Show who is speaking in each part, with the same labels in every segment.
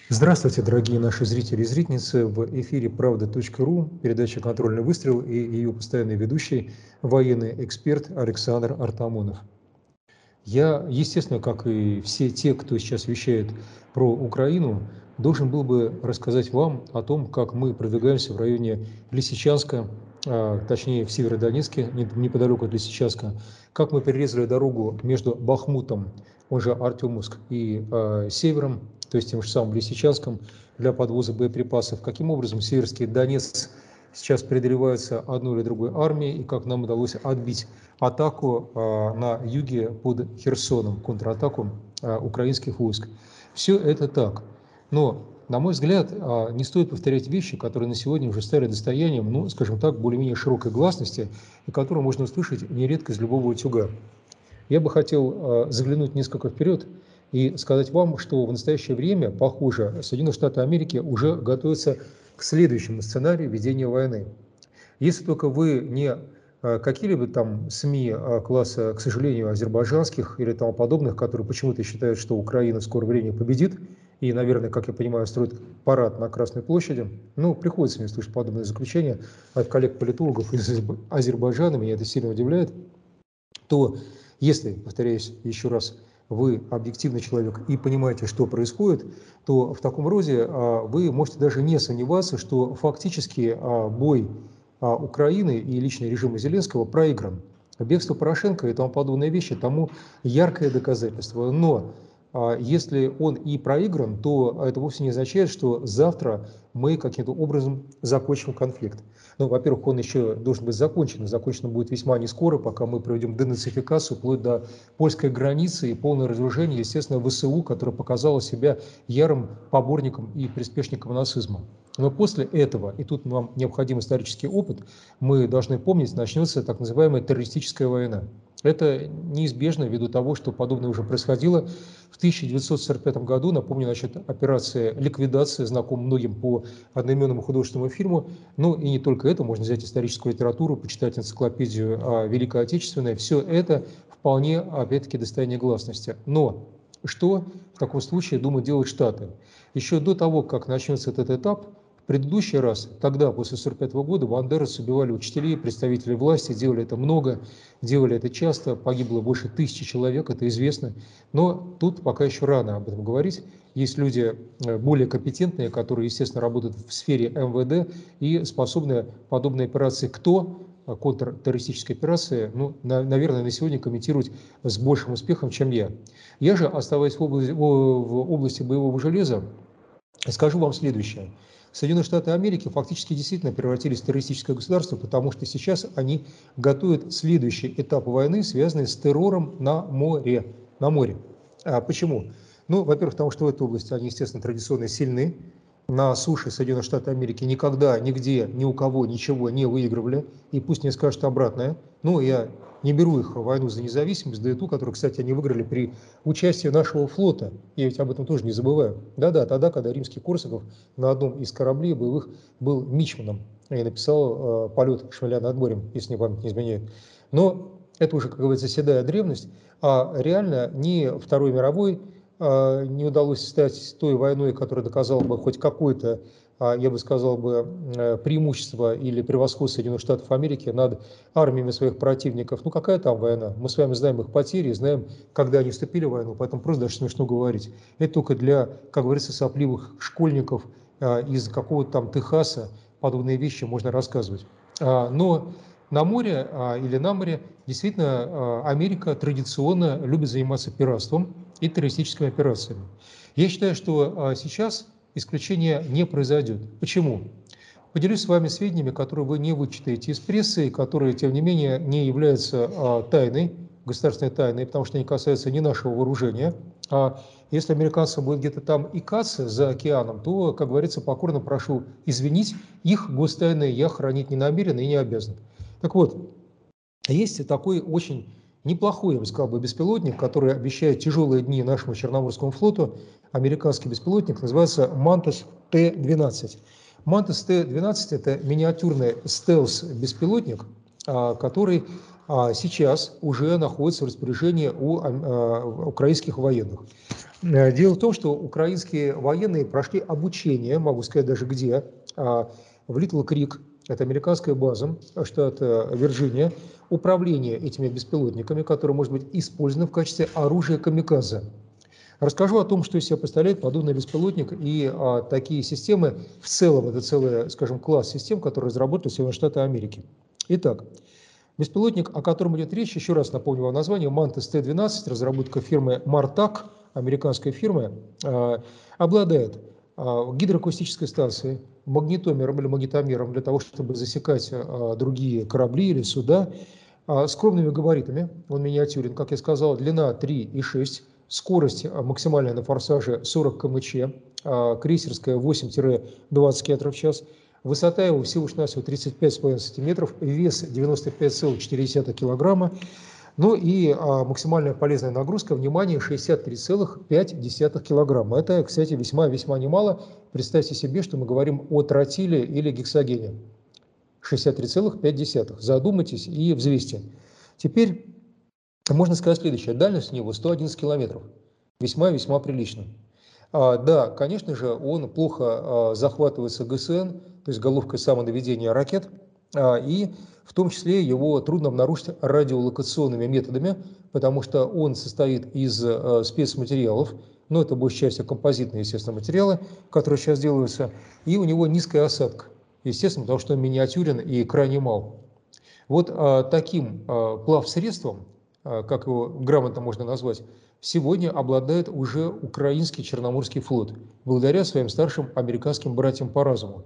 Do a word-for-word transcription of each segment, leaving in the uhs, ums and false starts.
Speaker 1: Здравствуйте, дорогие наши зрители и зрительницы. В эфире правда точка ру, передача «Контрольный выстрел» и ее постоянный ведущий, военный эксперт Александр Артамонов. Я, естественно, как и все те, кто сейчас вещает про Украину, должен был бы рассказать вам о том, как мы продвигаемся в районе Лисичанска, а, точнее в Северодонецке, не- неподалеку от Лисичанска, как мы перерезали дорогу между Бахмутом, он же Артемовск, и а, Севером, то есть тем же самым Лисичанском, для подвоза боеприпасов, каким образом Северский Донец сейчас преодолевается одной или другой армией, и как нам удалось отбить атаку а, на юге под Херсоном, контратаку а, украинских войск. Все это так. Но, на мой взгляд, а, не стоит повторять вещи, которые на сегодня уже стали достоянием, ну, скажем так, более-менее широкой гласности, и которые можно услышать нередко из любого утюга. Я бы хотел а, заглянуть несколько вперед и сказать вам, что в настоящее время, похоже, Соединенные Штаты Америки уже готовятся к следующему сценарию ведения войны. Если только вы не а, какие-либо там СМИ а, класса, к сожалению, азербайджанских или тому подобных, которые почему-то считают, что Украина в скорое время победит, и, наверное, как я понимаю, строит парад на Красной площади. Ну, приходится мне слышать подобные заключения от коллег-политологов из Азербайджана, меня это сильно удивляет. То если, повторяюсь еще раз, вы объективный человек и понимаете, что происходит, то в таком роде а, вы можете даже не сомневаться, что фактически а, бой а, Украины и личный режима Зеленского проигран. Бегство Порошенко и тому подобные вещи тому яркое доказательство. Но а, если он и проигран, то это вовсе не означает, что завтра мы каким-то образом закончим конфликт. Ну, во-первых, он еще должен быть закончен. Закончен будет весьма не скоро, пока мы проведем денацификацию вплоть до польской границы и полное разоружение, естественно, ВСУ, которое показало себя ярым поборником и приспешником нацизма. Но после этого, и тут нам необходим исторический опыт, мы должны помнить, начнется так называемая террористическая война. Это неизбежно ввиду того, что подобное уже происходило в тысяча девятьсот сорок пятом году. Напомню, значит, операция «Ликвидация», знакома многим по одноименному художественному фильму. Ну и не только это, можно взять историческую литературу, почитать энциклопедию а, Великой Отечественной. Все это вполне, опять-таки, достояние гласности. Но что в таком случае думают делать Штаты? Еще до того, как начнется этот этап, в предыдущий раз, тогда, после сорок пятого года, бандеровцы убивали учителей, представителей власти, делали это много, делали это часто, погибло больше тысячи человек, это известно. Но тут пока еще рано об этом говорить. Есть люди более компетентные, которые, естественно, работают в сфере эм вэ дэ и способны подобные операции «Кто?», контртеррористические операции, ну, на, наверное, на сегодня комментировать с большим успехом, чем я. Я же, оставаясь в области, в области боевого железа, скажу вам следующее. Соединенные Штаты Америки фактически действительно превратились в террористическое государство, потому что сейчас они готовят следующий этап войны, связанный с террором на море. На море. А почему? Ну, во-первых, потому что в этой области они, естественно, традиционно сильны. На суше Соединенные Штаты Америки никогда, нигде, ни у кого ничего не выигрывали. И пусть мне скажут обратное. Ну, я не беру их в войну за независимость, да и ту, которую, кстати, они выиграли при участии нашего флота. Я ведь об этом тоже не забываю. Да-да, тогда, когда римский Корсаков на одном из кораблей боевых был мичманом и написал э, «Полет шмеля над морем», если мне память не изменяет. Но это уже, как говорится, седая древность. А реально ни Второй мировой э, не удалось стать той войной, которая доказала бы хоть какое-то, э, я бы сказал бы, э, преимущество или превосходство Соединенных Штатов Америки над армиями своих противников. Ну какая там война? Мы с вами знаем их потери, знаем, когда они вступили в войну, поэтому просто даже смешно говорить. Это только для, как говорится, сопливых школьников э, из какого-то там Техаса подобные вещи можно рассказывать. А, но на море а, или на море действительно а, Америка традиционно любит заниматься пиратством и террористическими операциями. Я считаю, что а, сейчас исключения не произойдет. Почему? Поделюсь с вами сведениями, которые вы не вычитаете из прессы, и которые, тем не менее, не являются а, тайной, государственной тайной, потому что они касаются не нашего вооружения. А если американцам будет где-то там икаться за океаном, то, как говорится, покорно прошу извинить, их гостайны я хранить не намерен и не обязан. Так вот, есть такой очень неплохой, я бы сказал, беспилотник, который обещает тяжелые дни нашему Черноморскому флоту. Американский беспилотник называется Мантас Т двенадцать. Мантас Т двенадцать – это миниатюрный стелс-беспилотник, который сейчас уже находится в распоряжении у украинских военных. Дело в том, что украинские военные прошли обучение, могу сказать даже где, в Литл Крик, это американская база, штат Вирджиния, управление этими беспилотниками, которые может быть использовано в качестве оружия камикадзе. Расскажу о том, что из себя представляет подобный беспилотник и а, такие системы в целом, это целый, скажем, класс систем, которые разработали Соединенные Штаты Америки. Итак, беспилотник, о котором идет речь, еще раз напомню вам название, Мантис Т двенадцать, разработка фирмы Мартак, американской фирмы, э, обладает э, гидроакустической станцией, магнитомером или магнитомером для того, чтобы засекать э, другие корабли или суда, э, скромными габаритами, он миниатюрен, как я сказал, длина три и шесть, скорость максимальная на форсаже сорок километров в час, э, крейсерская восемь-двадцать километров в час, высота его всего-навсего тридцать пять целых пять десятых сантиметров, вес девяносто пять целых четыре десятых килограмма, ну и а, максимальная полезная нагрузка, внимание, шестьдесят три целых пять десятых килограмма. Это, кстати, весьма-весьма немало. Представьте себе, что мы говорим о тротиле или гексогене. шестьдесят три целых пять десятых. Задумайтесь и взвесьте. Теперь можно сказать следующее. Дальность у него сто одиннадцать километров. Весьма-весьма прилично. А, да, конечно же, он плохо а, захватывается ГСН, то есть головкой самонаведения ракет, а, и в том числе его трудно обнаружить радиолокационными методами, потому что он состоит из а, спецматериалов, но это большей частью композитные, естественно, материалы, которые сейчас делаются, и у него низкая осадка, естественно, потому что он миниатюрен и крайне мал. Вот а, таким а, плавсредством, а, как его грамотно можно назвать, сегодня обладает уже украинский Черноморский флот, благодаря своим старшим американским братьям по разуму.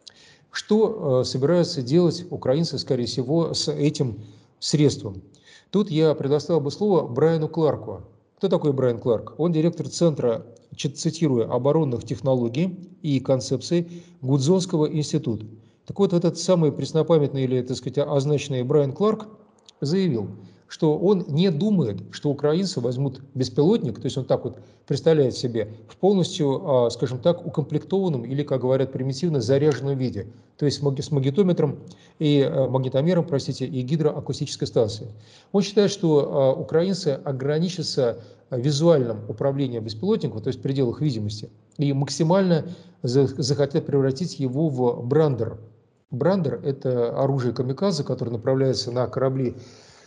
Speaker 1: Что э, собираются делать украинцы, скорее всего, с этим средством? Тут я предоставил бы слово Брайану Кларку. Кто такой Брайан Кларк? Он директор Центра, цитирую, оборонных технологий и концепций Гудзонского института. Так вот, этот самый преснопамятный или, так сказать, означенный Брайан Кларк заявил, что он не думает, что украинцы возьмут беспилотник, то есть он так вот представляет себе, в полностью, скажем так, укомплектованном или, как говорят примитивно, заряженном виде, то есть с магнитометром и магнитомером, простите, и гидроакустической станцией. Он считает, что украинцы ограничатся визуальным управлением беспилотником, то есть в пределах видимости, и максимально захотят превратить его в брандер. Брандер – это оружие камикадзе, которое направляется на корабли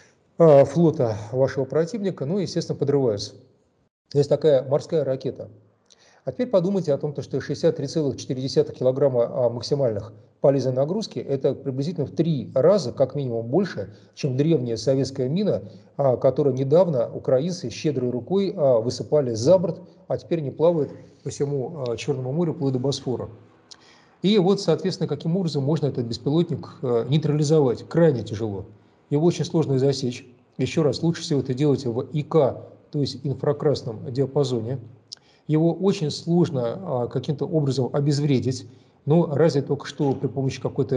Speaker 1: флота вашего противника, ну и, естественно, подрываются. То есть такая морская ракета. А теперь подумайте о том, что шестьдесят три целых четыре десятых килограмма максимальных полезной нагрузки – это приблизительно в три раза, как минимум, больше, чем древняя советская мина, которую недавно украинцы щедрой рукой высыпали за борт, а теперь не плавают по всему Черному морю вплоть до Босфора. И вот, соответственно, каким образом можно этот беспилотник нейтрализовать? Крайне тяжело. Его очень сложно засечь. Еще раз, лучше всего это делать в ИК, то есть инфракрасном диапазоне. Его очень сложно а, каким-то образом обезвредить, но разве только что при помощи какой-то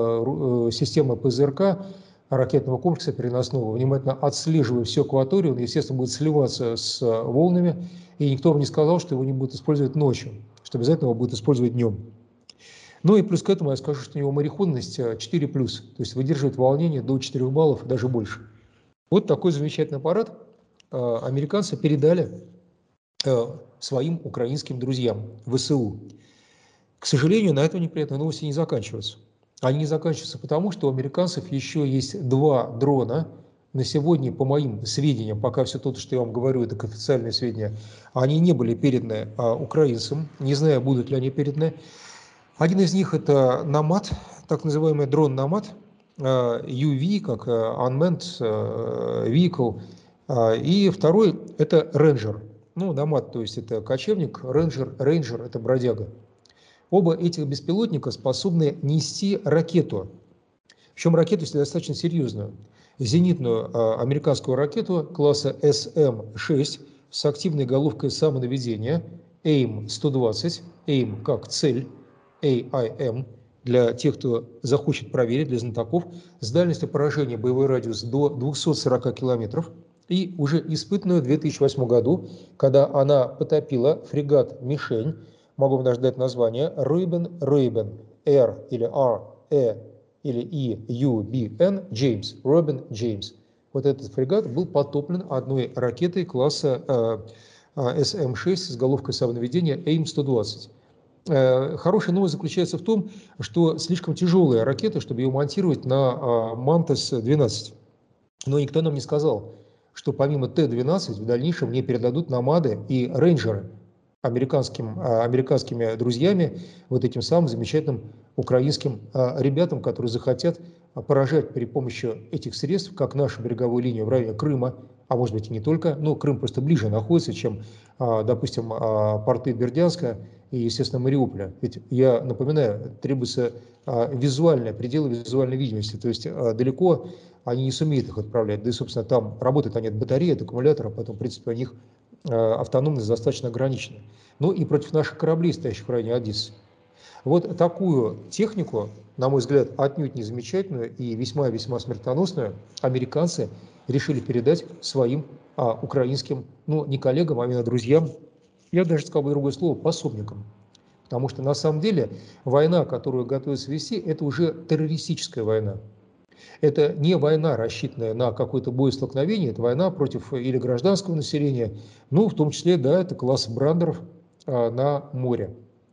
Speaker 1: а, системы ПЗРК, ракетного комплекса переносного, внимательно отслеживая всю акваторию, он, естественно, будет сливаться с волнами, и никто вам не сказал, что его не будут использовать ночью, что обязательно его будут использовать днем. Ну и плюс к этому я скажу, что у него мореходность четыре плюс, то есть выдерживает волнение до четырёх баллов, даже больше. Вот такой замечательный аппарат э, американцы передали э, своим украинским друзьям, ВСУ. К сожалению, на этом неприятные новости не заканчиваются. Они не заканчиваются потому, что у американцев еще есть два дрона. На сегодня, по моим сведениям, пока все то, что я вам говорю, это официальные сведения, они не были переданы э, украинцам, не знаю, будут ли они переданы. Один из них это Намад, так называемый дрон Намад, ю ви, как Unmanned Vehicle, и второй это Рейнджер. Ну, Намад, то есть это кочевник, Рейнджер, Рейнджер это бродяга. Оба этих беспилотника способны нести ракету, причем ракету достаточно серьезную, зенитную американскую ракету класса эс эм шесть с активной головкой самонаведения эйм сто двадцать, эйм как цель, эй ай эм, для тех, кто захочет проверить, для знатоков, с дальностью поражения боевой радиус до двухсот сорока километров, и уже испытанную в две тысячи восьмом году, когда она потопила фрегат «Мишень», могу вам даже дать название, Ройбен, Ройбен, R или R, E или И, Ю, Би, Н, Джеймс, Робин Джеймс. Вот этот фрегат был потоплен одной ракетой класса эс эм шесть с головкой самонаведения эйм сто двадцать. Хорошая новость заключается в том, что слишком тяжелая ракета, чтобы ее монтировать на Мантес двенадцать. Но никто нам не сказал, что помимо Т двенадцать в дальнейшем мне передадут Намады и Рейнджеры американским, американскими друзьями, вот этим самым замечательным украинским ребятам, которые захотят поражать при помощи этих средств, как нашу береговую линию в районе Крыма, а может быть и не только, но Крым просто ближе находится, чем, допустим, порты Бердянска и, естественно, Мариуполя. Ведь, я напоминаю, требуется визуальная, пределы визуальной видимости, то есть далеко они не сумеют их отправлять, да и, собственно, там работают они от батареи, от аккумулятора, поэтому, в принципе, у них автономность достаточно ограничена. Ну и против наших кораблей, стоящих в районе Одессы. Вот такую технику, на мой взгляд, отнюдь не замечательную и весьма-весьма смертоносную, американцы решили передать своим а, украинским, ну, не коллегам, а именно друзьям, я даже сказал бы другое слово, пособникам. Потому что на самом деле война, которую готовится вести, это уже террористическая война. Это не война, рассчитанная на какое-то боестолкновение, это война против или гражданского населения, ну, в том числе, да, это класс брандеров а, на море.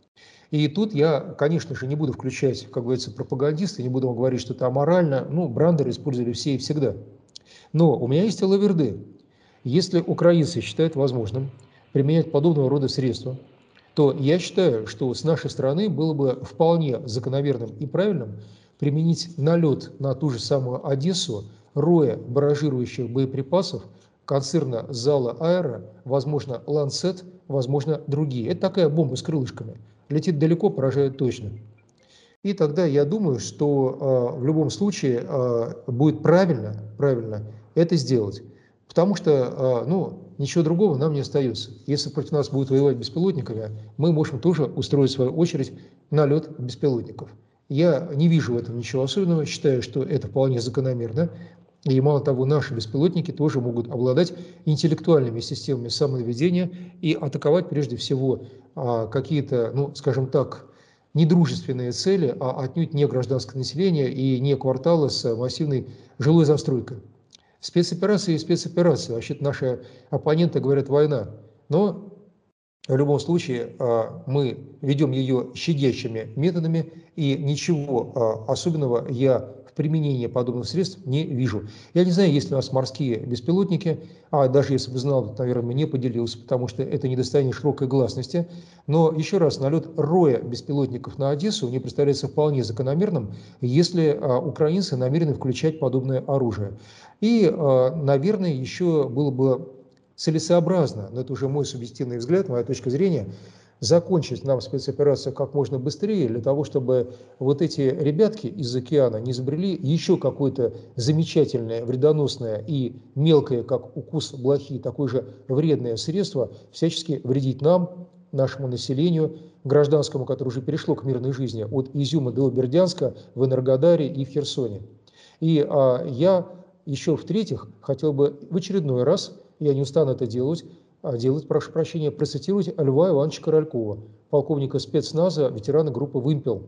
Speaker 1: И тут я, конечно же, не буду включать, как говорится, пропагандисты, не буду вам говорить, что это аморально, ну, брандеры использовали все и всегда. Но у меня есть лаверды. Если украинцы считают возможным применять подобного рода средства, то я считаю, что с нашей стороны было бы вполне закономерным и правильным применить налет на ту же самую Одессу, роя баражирующих боеприпасов концерна Зала Аэро, возможно, Ланцет, возможно, другие. Это такая бомба с крылышками. Летит далеко, поражает точно. И тогда я думаю, что э, в любом случае э, будет правильно, правильно это сделать. Потому что, э, ну, ничего другого нам не остается. Если против нас будут воевать беспилотниками, мы можем тоже устроить, в свою очередь, налет беспилотников. Я не вижу в этом ничего особенного, считаю, что это вполне закономерно. И мало того, наши беспилотники тоже могут обладать интеллектуальными системами самонаведения и атаковать прежде всего а, какие-то, ну, скажем так, недружественные цели, а отнюдь не гражданское население и не кварталы с массивной жилой застройкой. Спецоперация и спецоперация. Вообще-то наши оппоненты говорят война. Но в любом случае мы ведем ее щадящими методами, и ничего особенного я в применении подобных средств не вижу. Я не знаю, есть ли у нас морские беспилотники, а даже если бы знал, то, наверное, не поделился, потому что это не достояние широкой гласности. Но еще раз, налет роя беспилотников на Одессу мне представляется вполне закономерным, если украинцы намерены включать подобное оружие. И, наверное, еще было бы целесообразно, но это уже мой субъективный взгляд, моя точка зрения, закончить нам спецоперацию как можно быстрее, для того, чтобы вот эти ребятки из океана не изобрели еще какое-то замечательное, вредоносное и мелкое, как укус блохи, такое же вредное средство, всячески вредить нам, нашему населению, гражданскому, которое уже перешло к мирной жизни, от Изюма до Бердянска, в Энергодаре и в Херсоне. И а, я еще в-третьих хотел бы в очередной раз, я не устану это делать, делать, прошу прощения, процитировать Льва Ивановича Королькова, полковника спецназа, ветерана группы «Вымпел».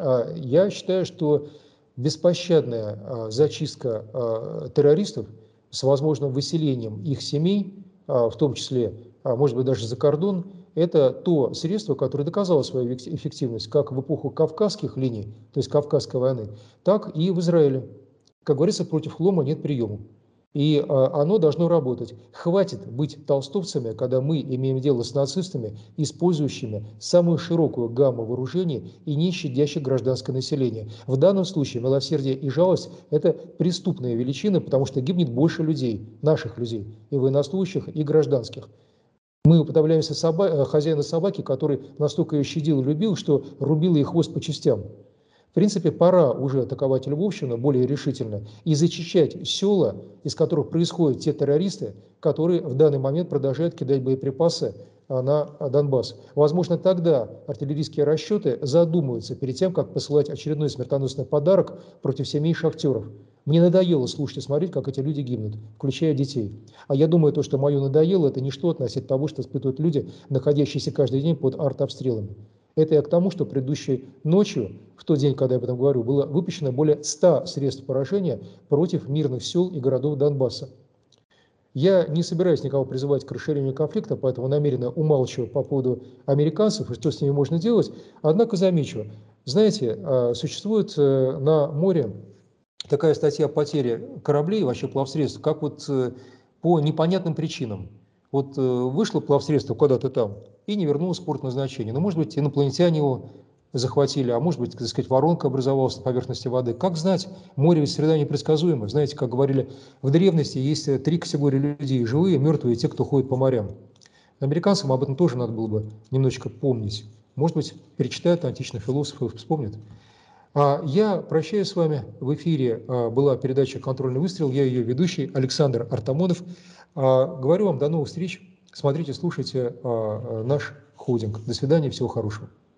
Speaker 1: Я считаю, что беспощадная зачистка террористов с возможным выселением их семей, в том числе, может быть, даже за кордон, это то средство, которое доказало свою эффективность как в эпоху Кавказских линий, то есть Кавказской войны, так и в Израиле. Как говорится, против хлома нет приема. И а, оно должно работать. Хватит быть толстовцами, когда мы имеем дело с нацистами, использующими самую широкую гамму вооружений и не щадящих гражданское население. В данном случае милосердие и жалость – это преступные величины, потому что гибнет больше людей, наших людей, и военнослужащих, и гражданских. Мы уподобляемся соба- хозяину собаки, который настолько ее щадил и любил, что рубил ей хвост по частям. В принципе, пора уже атаковать Львовщину более решительно и зачищать села, из которых происходят те террористы, которые в данный момент продолжают кидать боеприпасы на Донбасс. Возможно, тогда артиллерийские расчеты задумаются перед тем, как посылать очередной смертоносный подарок против семей шахтеров. Мне надоело слушать и смотреть, как эти люди гибнут, включая детей. А я думаю, то, что мое надоело, это ничто относительно того, что испытывают люди, находящиеся каждый день под артобстрелами. Это я к тому, что предыдущей ночью, в тот день, когда я об этом говорю, было выпущено более ста средств поражения против мирных сел и городов Донбасса. Я не собираюсь никого призывать к расширению конфликта, поэтому намеренно умалчиваю по поводу американцев и что с ними можно делать. Однако замечу, знаете, а, существует э, на море такая статья потери кораблей, вообще плавсредств, как вот э, по непонятным причинам. Вот э, вышло плавсредство куда-то там и не вернулось в порт назначения. Ну, может быть, инопланетяне его захватили, а может быть, так сказать, воронка образовалась на поверхности воды. Как знать? Море ведь среда непредсказуема. Знаете, как говорили в древности, есть э, три категории людей: живые, мертвые и те, кто ходит по морям. Американцам об этом тоже надо было бы немножечко помнить. Может быть, перечитают античных философов и вспомнят. А я прощаюсь с вами. В эфире а, была передача «Контрольный выстрел». Я ее ведущий Александр Артамонов. А, Говорю вам до новых встреч. Смотрите, слушайте а, а, наш холдинг. До свидания, всего хорошего.